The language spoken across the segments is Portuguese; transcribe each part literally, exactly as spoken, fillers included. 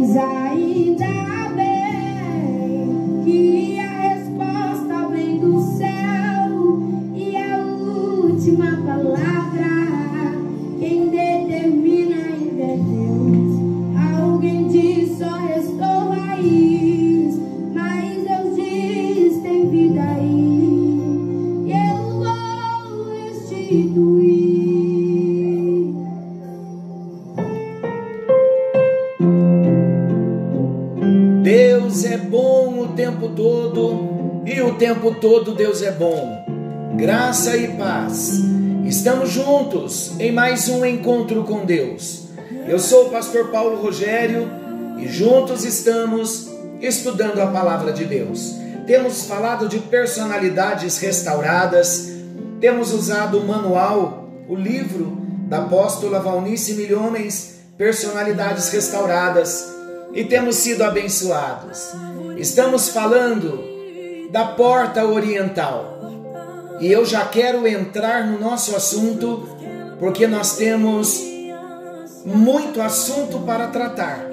Mas ainda bem que a resposta vem do céu, e a última palavra quem determina ainda é Deus. Alguém diz só restou raiz, mas Deus diz tem vida aí, e eu vou restituir. Deus é bom o tempo todo, e o tempo todo Deus é bom. Graça e paz. Estamos juntos em mais um encontro com Deus. Eu sou o pastor Paulo Rogério e juntos estamos estudando a palavra de Deus. Temos falado de personalidades restauradas, temos usado o manual, o livro da apóstola Valnice Milhomens, Personalidades Restauradas, e temos sido abençoados. Estamos falando da porta oriental. E eu já quero entrar no nosso assunto, porque nós temos muito assunto para tratar.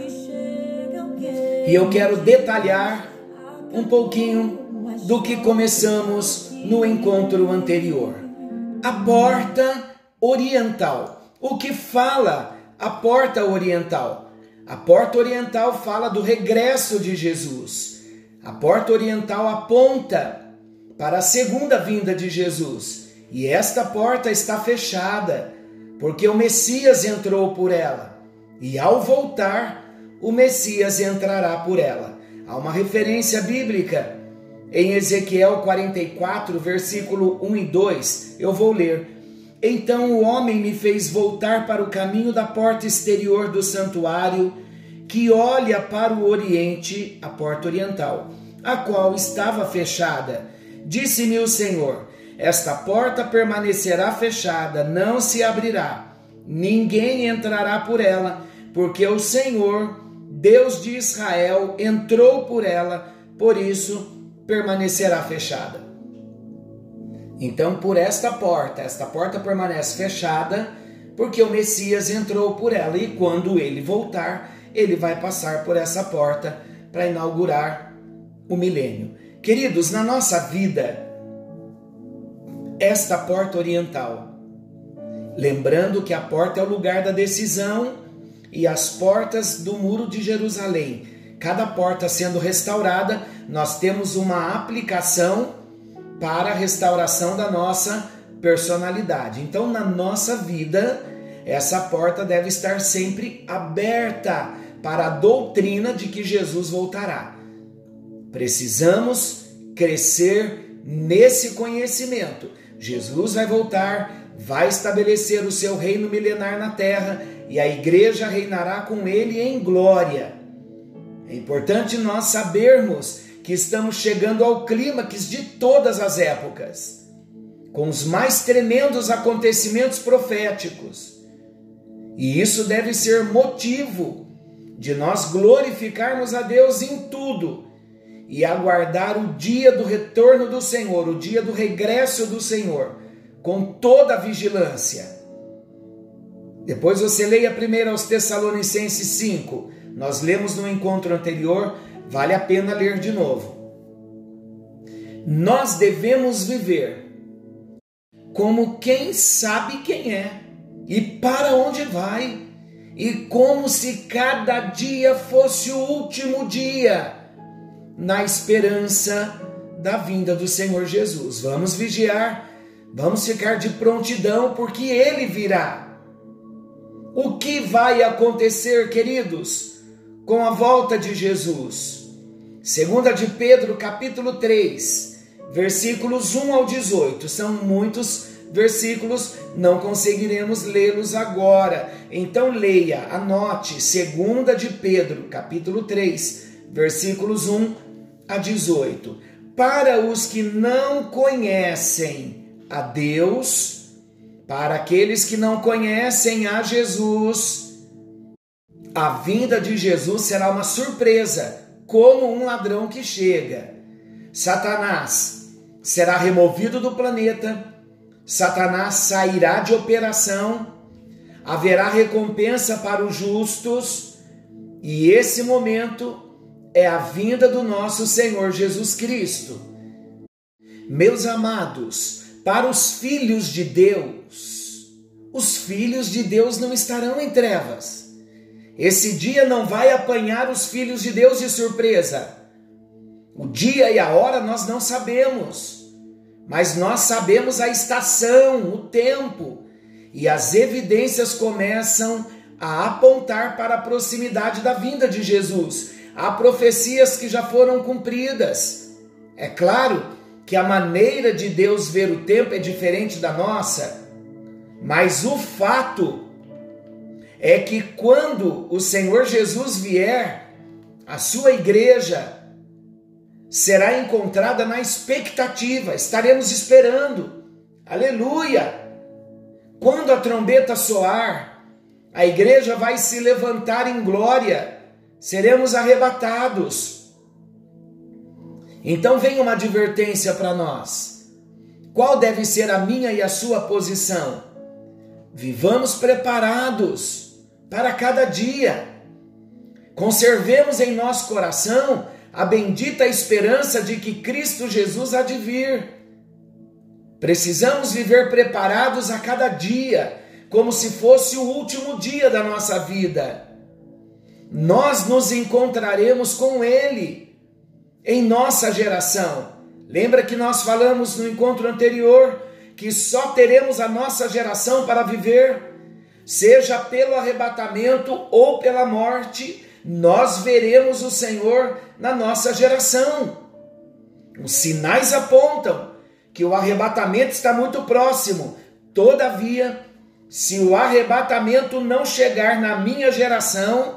E eu quero detalhar um pouquinho do que começamos no encontro anterior. A porta oriental. O que fala a porta oriental? A porta oriental fala do regresso de Jesus. A porta oriental aponta para a segunda vinda de Jesus. E esta porta está fechada, porque o Messias entrou por ela. E ao voltar, o Messias entrará por ela. Há uma referência bíblica em Ezequiel quarenta e quatro, versículo um e dois. Eu vou ler. Então o homem me fez voltar para o caminho da porta exterior do santuário, que olha para o oriente, a porta oriental, a qual estava fechada. Disse-me o Senhor: esta porta permanecerá fechada, não se abrirá, ninguém entrará por ela, porque o Senhor, Deus de Israel, entrou por ela, por isso permanecerá fechada. Então, por esta porta, esta porta permanece fechada, porque o Messias entrou por ela, e quando ele voltar, ele vai passar por essa porta para inaugurar o milênio. Queridos, na nossa vida, esta porta oriental, lembrando que a porta é o lugar da decisão e as portas do muro de Jerusalém, cada porta sendo restaurada, nós temos uma aplicação para a restauração da nossa personalidade. Então, na nossa vida, essa porta deve estar sempre aberta para a doutrina de que Jesus voltará. Precisamos crescer nesse conhecimento. Jesus vai voltar, vai estabelecer o seu reino milenar na terra e a igreja reinará com ele em glória. É importante nós sabermos que estamos chegando ao clímax de todas as épocas, com os mais tremendos acontecimentos proféticos. E isso deve ser motivo de nós glorificarmos a Deus em tudo e aguardar o dia do retorno do Senhor, o dia do regresso do Senhor, com toda a vigilância. Depois você leia primeiro aos Tessalonicenses cinco. Nós lemos no encontro anterior, vale a pena ler de novo. Nós devemos viver como quem sabe quem é e para onde vai, e como se cada dia fosse o último dia, na esperança da vinda do Senhor Jesus. Vamos vigiar, vamos ficar de prontidão, porque Ele virá. O que vai acontecer, queridos, com a volta de Jesus? Segunda de Pedro, capítulo três, versículos um ao dezoito. São muitos versículos, não conseguiremos lê-los agora. Então leia, anote, Segunda de Pedro, capítulo três, versículos um a dezoito. Para os que não conhecem a Deus, para aqueles que não conhecem a Jesus, a vinda de Jesus será uma surpresa, como um ladrão que chega. Satanás será removido do planeta, Satanás sairá de operação, haverá recompensa para os justos E esse momento é a vinda do nosso Senhor Jesus Cristo. Meus amados, para os filhos de Deus, os filhos de Deus não estarão em trevas. Esse dia não vai apanhar os filhos de Deus de surpresa. O dia e a hora nós não sabemos, mas nós sabemos a estação, o tempo, e as evidências começam a apontar para a proximidade da vinda de Jesus. Há profecias que já foram cumpridas. É claro que a maneira de Deus ver o tempo é diferente da nossa, mas o fato é que quando o Senhor Jesus vier, a sua igreja será encontrada na expectativa, estaremos esperando. Aleluia! Quando a trombeta soar, a igreja vai se levantar em glória, seremos arrebatados. Então vem uma advertência para nós. Qual deve ser a minha e a sua posição? Vivamos preparados para cada dia. Conservemos em nosso coração a bendita esperança de que Cristo Jesus há de vir. Precisamos viver preparados a cada dia, como se fosse o último dia da nossa vida. Nós nos encontraremos com Ele em nossa geração. Lembra que nós falamos no encontro anterior que só teremos a nossa geração para viver, seja pelo arrebatamento ou pela morte, nós veremos o Senhor na nossa geração. Os sinais apontam que o arrebatamento está muito próximo. Todavia, se o arrebatamento não chegar na minha geração,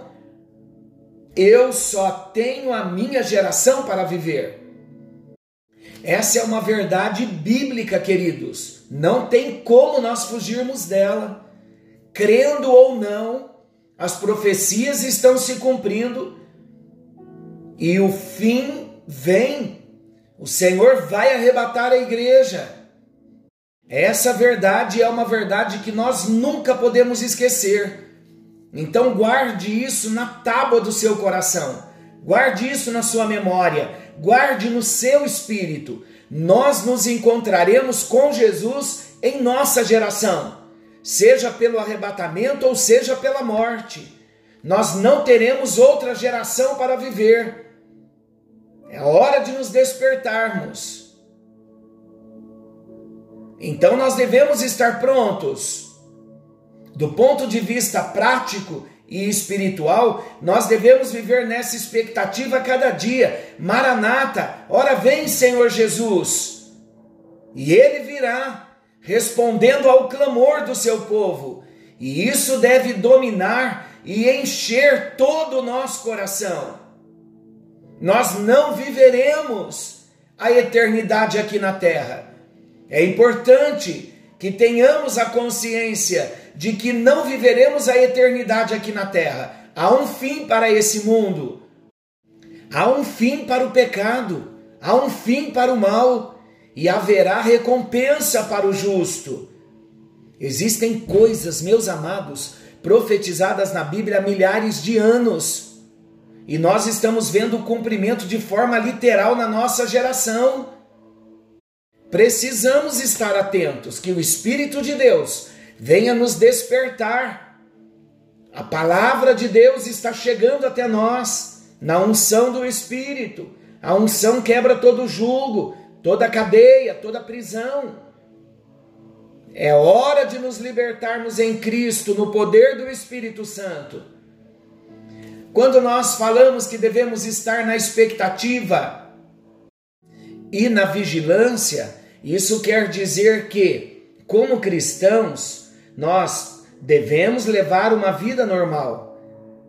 eu só tenho a minha geração para viver. Essa é uma verdade bíblica, queridos. Não tem como nós fugirmos dela. Crendo ou não, as profecias estão se cumprindo e o fim vem. O Senhor vai arrebatar a igreja. Essa verdade é uma verdade que nós nunca podemos esquecer. Então guarde isso na tábua do seu coração. Guarde isso na sua memória. Guarde no seu espírito. Nós nos encontraremos com Jesus em nossa geração, seja pelo arrebatamento ou seja pela morte. Nós não teremos outra geração para viver. É hora de nos despertarmos. Então nós devemos estar prontos. Do ponto de vista prático e espiritual, nós devemos viver nessa expectativa a cada dia. Maranata, ora vem, Senhor Jesus. E Ele virá, respondendo ao clamor do seu povo. E isso deve dominar e encher todo o nosso coração. Nós não viveremos a eternidade aqui na terra. É importante que tenhamos a consciência de que não viveremos a eternidade aqui na terra. Há um fim para esse mundo. Há um fim para o pecado. Há um fim para o mal. E haverá recompensa para o justo. Existem coisas, meus amados, profetizadas na Bíblia há milhares de anos. E nós estamos vendo o cumprimento de forma literal na nossa geração. Precisamos estar atentos que o Espírito de Deus venha nos despertar. A palavra de Deus está chegando até nós, na unção do Espírito. A unção quebra todo jugo, toda cadeia, toda prisão. É hora de nos libertarmos em Cristo, no poder do Espírito Santo. Quando nós falamos que devemos estar na expectativa e na vigilância, isso quer dizer que, como cristãos, nós devemos levar uma vida normal.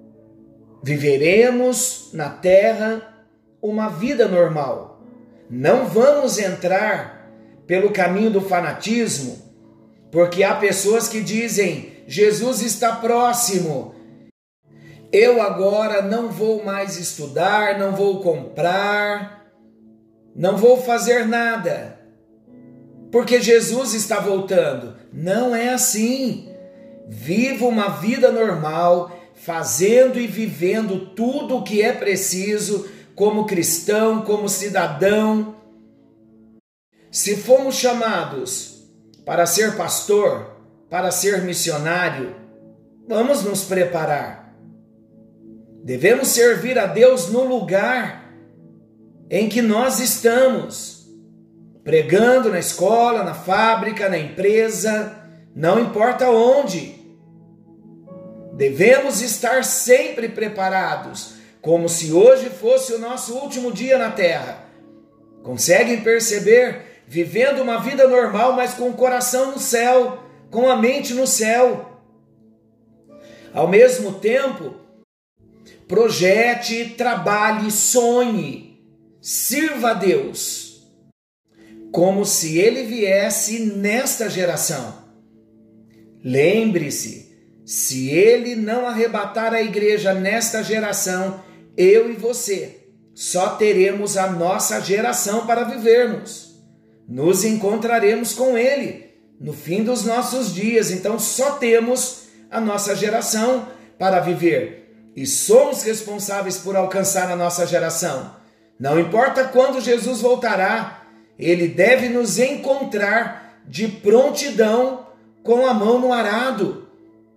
Viveremos na terra uma vida normal. Não vamos entrar pelo caminho do fanatismo, porque há pessoas que dizem: Jesus está próximo. Eu agora não vou mais estudar, não vou comprar, não vou fazer nada, porque Jesus está voltando. Não é assim. Viva uma vida normal, fazendo e vivendo tudo o que é preciso como cristão, como cidadão. Se fomos chamados para ser pastor, para ser missionário, vamos nos preparar. Devemos servir a Deus no lugar em que nós estamos, pregando na escola, na fábrica, na empresa, não importa onde. Devemos estar sempre preparados, como se hoje fosse o nosso último dia na terra. Conseguem perceber? Vivendo uma vida normal, mas com o coração no céu, com a mente no céu. Ao mesmo tempo, projete, trabalhe, sonhe, sirva a Deus, como se Ele viesse nesta geração. Lembre-se, se Ele não arrebatar a igreja nesta geração, eu e você só teremos a nossa geração para vivermos. Nos encontraremos com Ele no fim dos nossos dias, então só temos a nossa geração para viver. E somos responsáveis por alcançar a nossa geração. Não importa quando Jesus voltará, Ele deve nos encontrar de prontidão com a mão no arado.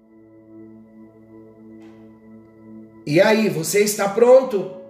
E aí, você está pronto?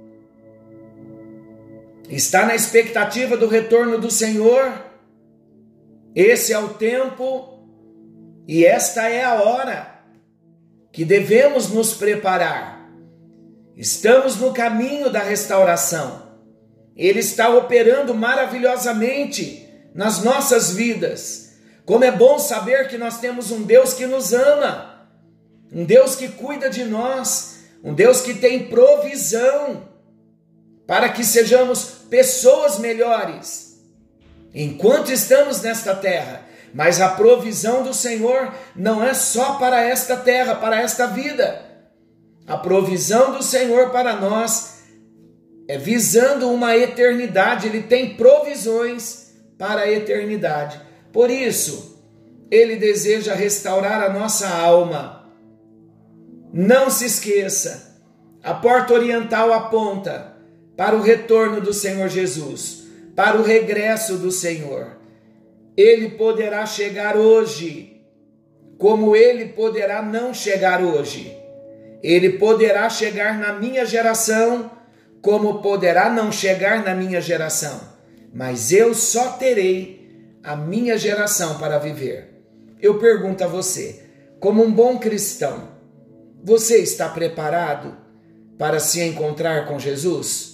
Está na expectativa do retorno do Senhor? Esse é o tempo e esta é a hora que devemos nos preparar. Estamos no caminho da restauração. Ele está operando maravilhosamente nas nossas vidas. Como é bom saber que nós temos um Deus que nos ama, um Deus que cuida de nós, um Deus que tem provisão para que sejamos pessoas melhores enquanto estamos nesta terra. Mas a provisão do Senhor não é só para esta terra, para esta vida. A provisão do Senhor para nós é visando uma eternidade. Ele tem provisões para a eternidade. Por isso, Ele deseja restaurar a nossa alma. Não se esqueça, a porta oriental aponta para o retorno do Senhor Jesus, para o regresso do Senhor. Ele poderá chegar hoje, como Ele poderá não chegar hoje. Ele poderá chegar na minha geração, como poderá não chegar na minha geração. Mas eu só terei a minha geração para viver. Eu pergunto a você, como um bom cristão, você está preparado para se encontrar com Jesus?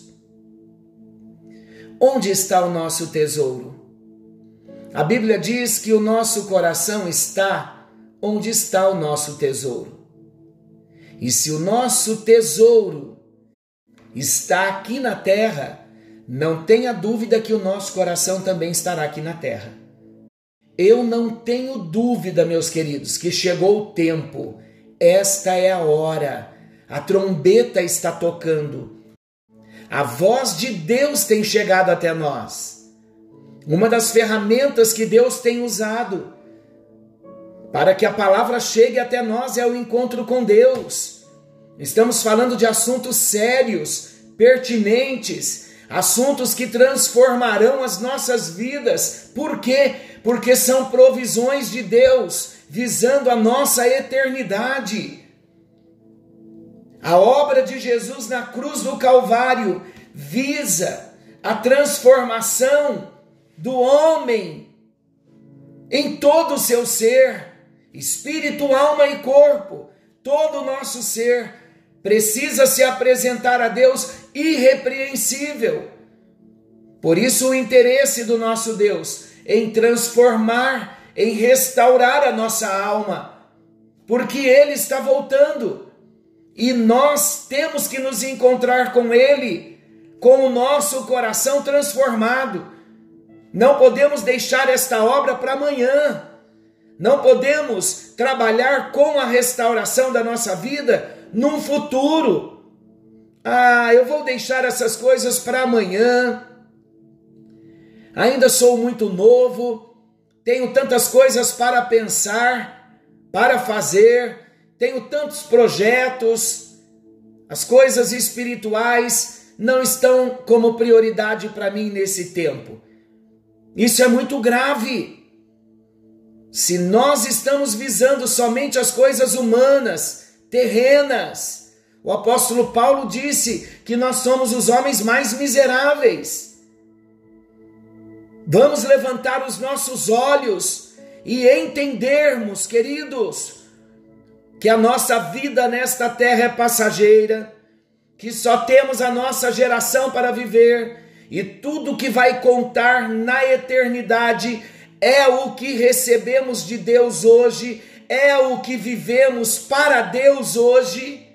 Onde está o nosso tesouro? A Bíblia diz que o nosso coração está onde está o nosso tesouro. E se o nosso tesouro está aqui na terra, não tenha dúvida que o nosso coração também estará aqui na terra. Eu não tenho dúvida, meus queridos, que chegou o tempo. Esta é a hora. A trombeta está tocando. A voz de Deus tem chegado até nós. Uma das ferramentas que Deus tem usado para que a palavra chegue até nós é o encontro com Deus. Estamos falando de assuntos sérios, pertinentes, assuntos que transformarão as nossas vidas. Por quê? Porque são provisões de Deus, visando a nossa eternidade. A obra de Jesus na cruz do Calvário visa a transformação do homem em todo o seu ser, espírito, alma e corpo. Todo o nosso ser precisa se apresentar a Deus irrepreensível. Por isso o interesse do nosso Deus em transformar, em restaurar a nossa alma, porque Ele está voltando. E nós temos que nos encontrar com Ele, com o nosso coração transformado. Não podemos deixar esta obra para amanhã. Não podemos trabalhar com a restauração da nossa vida num futuro. Ah, eu vou deixar essas coisas para amanhã. Ainda sou muito novo, tenho tantas coisas para pensar, para fazer. tenho tantos projetos, as coisas espirituais não estão como prioridade para mim nesse tempo. Isso é muito grave. Se nós estamos visando somente as coisas humanas, terrenas, o apóstolo Paulo disse que nós somos os homens mais miseráveis. Vamos levantar os nossos olhos e entendermos, queridos, que a nossa vida nesta terra é passageira, que só temos a nossa geração para viver e tudo que vai contar na eternidade é o que recebemos de Deus hoje, é o que vivemos para Deus hoje.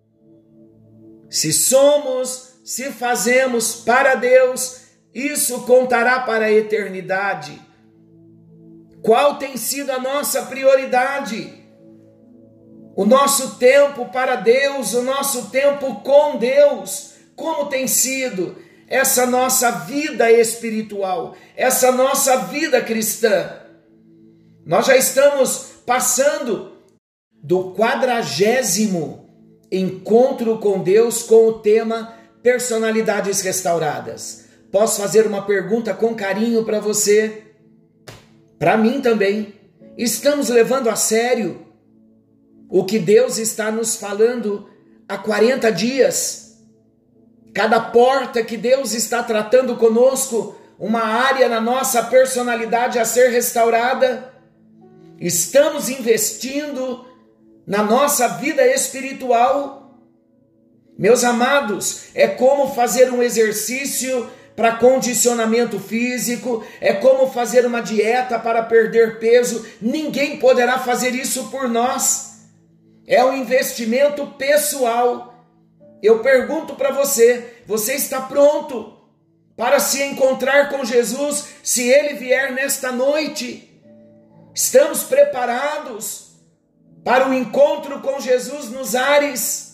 Se somos, se fazemos para Deus, isso contará para a eternidade. Qual tem sido a nossa prioridade? O nosso tempo para Deus, o nosso tempo com Deus, como tem sido essa nossa vida espiritual, essa nossa vida cristã? Nós já estamos passando do quadragésimo encontro com Deus com o tema personalidades restauradas. Posso fazer uma pergunta com carinho para você? Para mim também. Estamos levando a sério o que Deus está nos falando há quarenta dias? Cada porta que Deus está tratando conosco, uma área na nossa personalidade a ser restaurada? Estamos investindo na nossa vida espiritual? Meus amados, é como fazer um exercício para condicionamento físico, é como fazer uma dieta para perder peso. Ninguém poderá fazer isso por nós. É um investimento pessoal. Eu pergunto para você, você está pronto para se encontrar com Jesus se Ele vier nesta noite? Estamos preparados para o encontro com Jesus nos ares?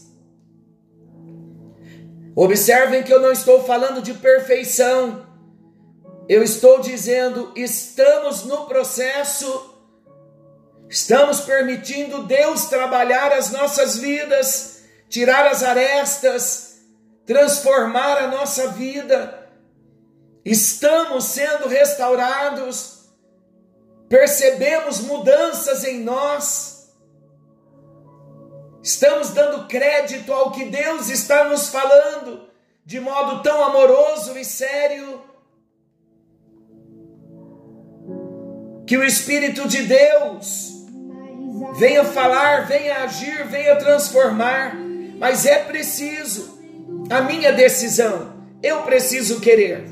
Observem que eu não estou falando de perfeição. Eu estou dizendo, estamos no processo. Estamos permitindo Deus trabalhar as nossas vidas, tirar as arestas, transformar a nossa vida. Estamos sendo restaurados. Percebemos mudanças em nós. Estamos dando crédito ao que Deus está nos falando de modo tão amoroso e sério. Que o Espírito de Deus venha falar, venha agir, venha transformar, mas é preciso a minha decisão, eu preciso querer.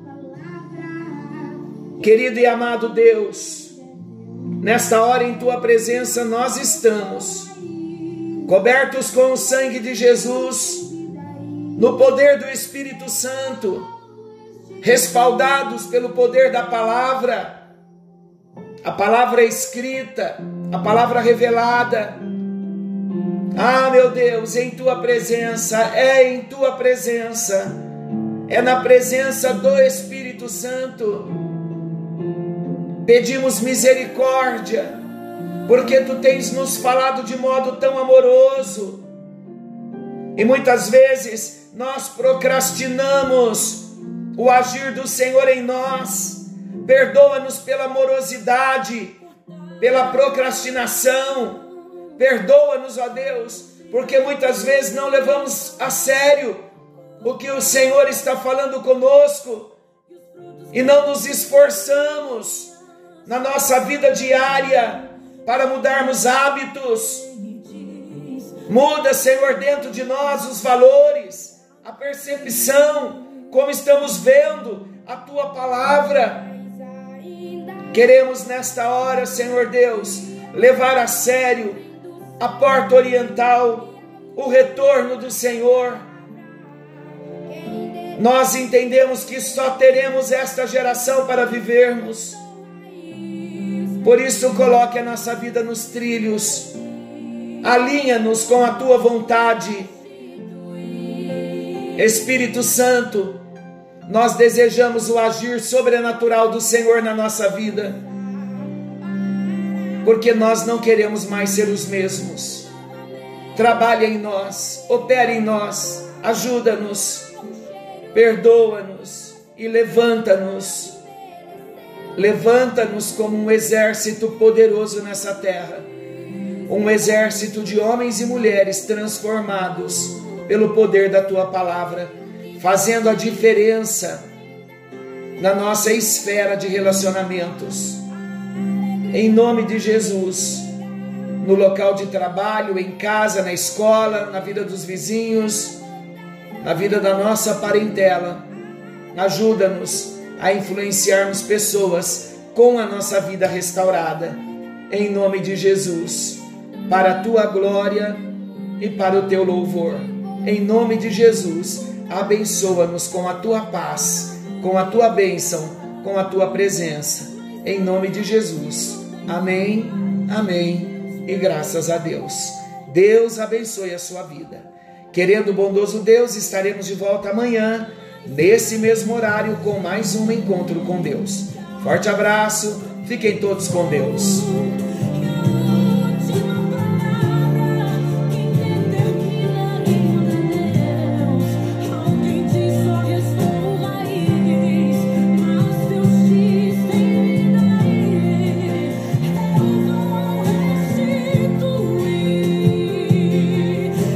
Querido e amado Deus, nesta hora em Tua presença nós estamos, cobertos com o sangue de Jesus, no poder do Espírito Santo, respaldados pelo poder da palavra, a palavra escrita, a palavra revelada. Ah, meu Deus, em Tua presença, é em Tua presença, é na presença do Espírito Santo. Pedimos misericórdia, porque Tu tens nos falado de modo tão amoroso, e muitas vezes nós procrastinamos o agir do Senhor em nós. Perdoa-nos pela morosidade, pela procrastinação. Perdoa-nos, ó Deus, porque muitas vezes não levamos a sério o que o Senhor está falando conosco e não nos esforçamos na nossa vida diária para mudarmos hábitos. Muda, Senhor, dentro de nós os valores, a percepção, como estamos vendo a Tua palavra. Queremos nesta hora, Senhor Deus, levar a sério a porta oriental, o retorno do Senhor. Nós entendemos que só teremos esta geração para vivermos. Por isso, coloque a nossa vida nos trilhos, alinha-nos com a Tua vontade. Espírito Santo, nós desejamos o agir sobrenatural do Senhor na nossa vida, porque nós não queremos mais ser os mesmos. trabalha em nós, opera em nós, ajuda-nos, perdoa-nos e levanta-nos. Levanta-nos como um exército poderoso nessa terra, um exército de homens e mulheres transformados pelo poder da Tua palavra, fazendo a diferença na nossa esfera de relacionamentos. Em nome de Jesus, no local de trabalho, em casa, na escola, na vida dos vizinhos, na vida da nossa parentela, ajuda-nos a influenciarmos pessoas com a nossa vida restaurada, em nome de Jesus, para a Tua glória e para o Teu louvor. Em nome de Jesus, abençoa-nos com a Tua paz, com a Tua bênção, com a Tua presença, em nome de Jesus. Amém, amém e graças a Deus. Deus abençoe a sua vida. Querendo o bondoso Deus, estaremos de volta amanhã, nesse mesmo horário, com mais um encontro com Deus. Forte abraço, fiquem todos com Deus.